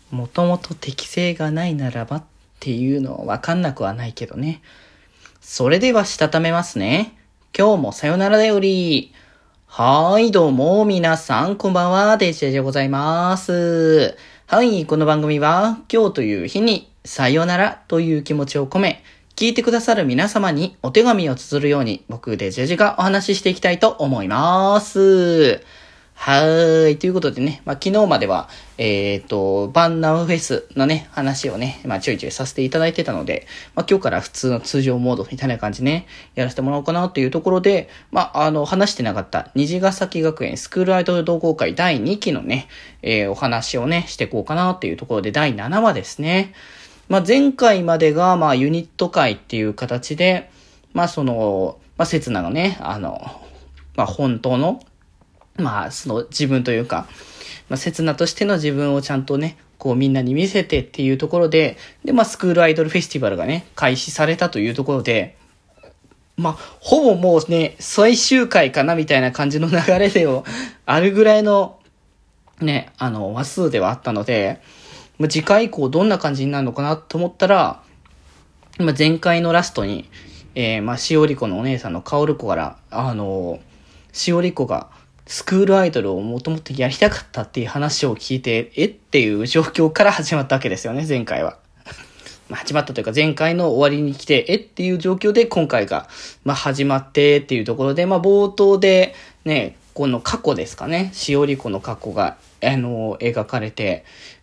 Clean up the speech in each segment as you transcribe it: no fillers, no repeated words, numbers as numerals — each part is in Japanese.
もともと適性がないならばっていうのはわかんなくはないけどね。それではしたためますね。今日もさよならだより。どうも皆さんこんばんは、デジェジでございます。はい、この番組は今日という日にさよならという気持ちを込め、聞いてくださる皆様にお手紙を綴るように僕デジェジがお話ししていきたいと思います。ということでね、昨日までは、バンナウフェスのね、話をね、ちょいちょいさせていただいてたので、今日から普通の通常モードみたいな感じね、やらせてもらおうかなっていうところで、話してなかった虹ヶ崎学園スクールアイドル同好会第2期のね、お話をね、していこうかなっていうところで、第7話ですね。前回までが、ユニット会っていう形で、刹那のね、本当の、その自分というか、刹那としての自分をちゃんとね、こうみんなに見せてっていうところで、スクールアイドルフェスティバルがね、開始されたというところで、ほぼもうね、最終回かなみたいな感じの流れであるぐらいの、ね、話数ではあったので、次回以降どんな感じになるのかなと思ったら、前回のラストに、しおりこのお姉さんのかおる子から、しおりこが、スクールアイドルをもともとやりたかったっていう話を聞いて、っていう状況から始まったわけですよね、前回は。始まったというか、前回の終わりに来て、っていう状況で今回が、始まってっていうところで、冒頭で、ね、この過去ですかね、しおりこの過去が、描かれて、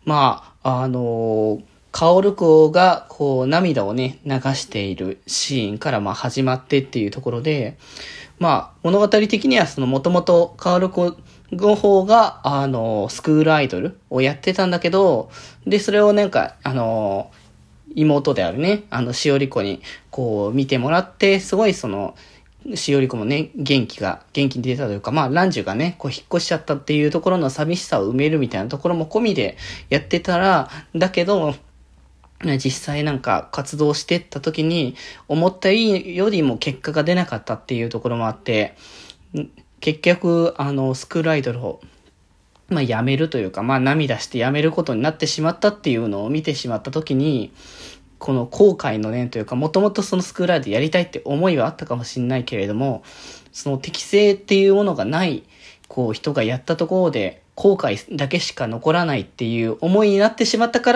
かおる子が、こう、涙をね、流しているシーンから、始まってっていうところで、物語的にはもともとかおる子の方が、スクールアイドルをやってたんだけど、で、それを妹であるね、しおり子に、こう、見てもらって、すごいしおり子もね、元気に出たというか、ランジュがね、こう引っ越しちゃったっていうところの寂しさを埋めるみたいなところも込みでやってたら、だけど、実際活動してった時に思ったよりも結果が出なかったっていうところもあって、結局スクールアイドルを辞めるというか涙して辞めることになってしまったっていうのを見てしまった時に、この後悔の念というか、もともとそのスクールアイドルやりたいって思いはあったかもしれないけれども、その適性っていうものがない人がやったところで後悔だけしか残らないっていう思いになってしまったから、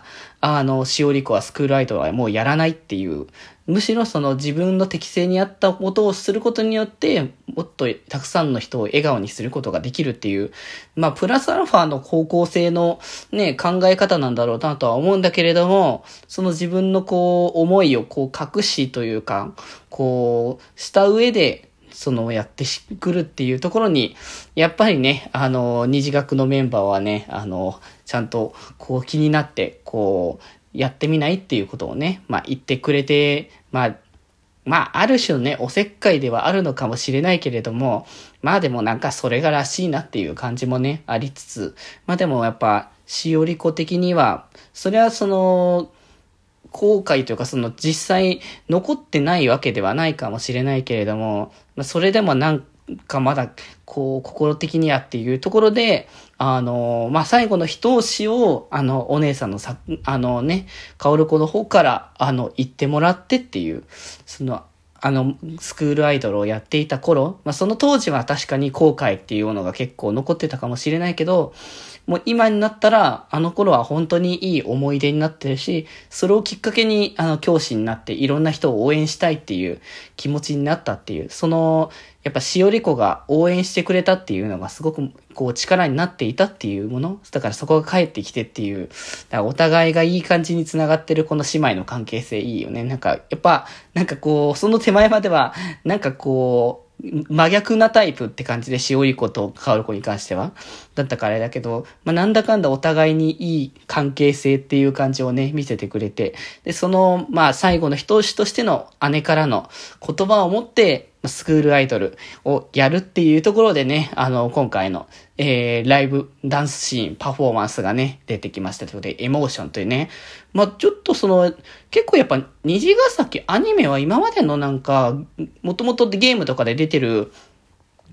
しおり子はスクールアイドルはもうやらないっていう、むしろ自分の適性に合ったことをすることによって、もっとたくさんの人を笑顔にすることができるっていう、プラスアルファの方向性のね、考え方なんだろうなとは思うんだけれども、その自分の思いを隠しというか、した上で、やってくるっていうところに、やっぱりね、二次学のメンバーはね、ちゃんと、気になって、やってみないっていうことをね、言ってくれて、ある種ね、おせっかいではあるのかもしれないけれども、でもそれがらしいなっていう感じもね、ありつつ、でもやっぱ、しおり子的には、それは後悔というか実際残ってないわけではないかもしれないけれども、それでもまだ心的にはっていうところで、最後の一押しをお姉さんのかおる子の方から言ってもらってっていう、スクールアイドルをやっていた頃、その当時は確かに後悔っていうものが結構残ってたかもしれないけど、もう今になったら、あの頃は本当にいい思い出になってるし、それをきっかけに、教師になっていろんな人を応援したいっていう気持ちになったっていう、やっぱしおり子が応援してくれたっていうのがすごく力になっていたっていうもの。だからそこが帰ってきてっていう、だからお互いがいい感じに繋がってるこの姉妹の関係性いいよね。やっぱ、その手前までは、真逆なタイプって感じで、しおり子とかおる子に関しては。だったからあれだけど、なんだかんだお互いにいい関係性っていう感じをね、見せてくれて。で、最後の一押しとしての姉からの言葉を持って、スクールアイドルをやるっていうところでね、今回の、ライブ、ダンスシーン、パフォーマンスがね、出てきましたということで、エモーションというね。ちょっと結構やっぱ、虹ヶ崎アニメは今までのもともとゲームとかで出てる、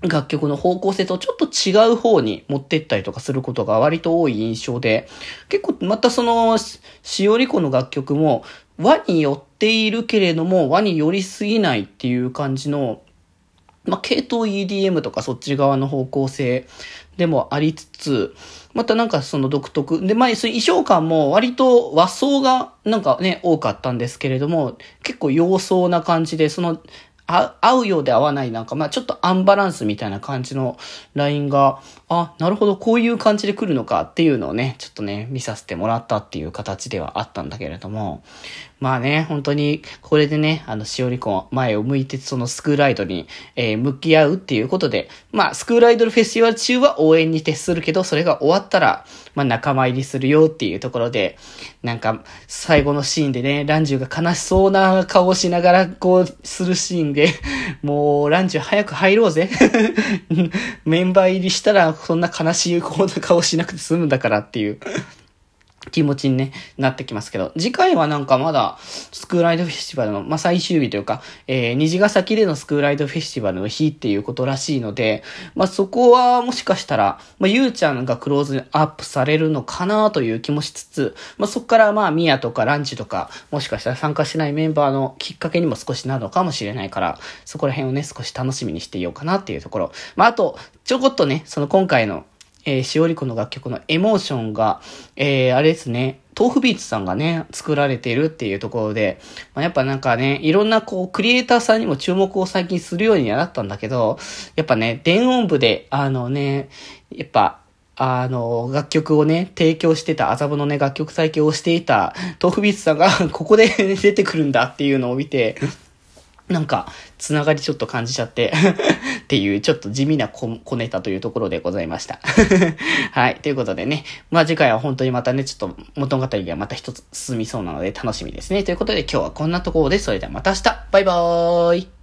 楽曲の方向性とちょっと違う方に持ってったりとかすることが割と多い印象で、結構またその、しおりこの楽曲も和に寄っているけれども和に寄りすぎないっていう感じの、系統 EDM とかそっち側の方向性でもありつつ、またなんかその独特。で、そういう衣装感も割と和装がなんかね、多かったんですけれども、結構洋装な感じで、合うようで合わないなんか、ちょっとアンバランスみたいな感じのラインが、なるほど、こういう感じで来るのかっていうのをね、ちょっとね、見させてもらったっていう形ではあったんだけれども、本当に、これでね、しおりこ前を向いて、そのスクールアイドルに、向き合うっていうことで、スクールアイドルフェスティバル中は応援に徹するけど、それが終わったら、仲間入りするよっていうところで、なんか、最後のシーンでね、ランジュが悲しそうな顔をしながら、こう、するシーンで、もう、ランジュ早く入ろうぜ。メンバー入りしたら、そんな悲しい顔しなくて済むんだからっていう。気持ちにね、なってきますけど、次回はなんかまだ、スクールアイドルフェスティバルの、最終日というか、虹ヶ崎でのスクールアイドルフェスティバルの日っていうことらしいので、そこはもしかしたら、ゆうちゃんがクローズアップされるのかなという気もしつつ、そこからミヤとかランチとか、もしかしたら参加しないメンバーのきっかけにも少しなるのかもしれないから、そこら辺をね、少し楽しみにしていようかなっていうところ。あと、ちょこっとね、その今回の、しおりこの楽曲のエモーションが、あれですね、豆腐ビーツさんがね、作られているっていうところで、やっぱなんかね、いろんなクリエイターさんにも注目を最近するようにはなったんだけど、やっぱね、電音部で、やっぱ、楽曲をね、提供してた、麻布のね、楽曲提供をしていた豆腐ビーツさんがここで出てくるんだっていうのを見て、なんか、つながりちょっと感じちゃってっていう、ちょっと地味な小ネタというところでございました。はい。ということでね。次回は本当にまたね、ちょっと物語がまた一つ進みそうなので楽しみですね。ということで今日はこんなところで、それではまた明日バイバーイ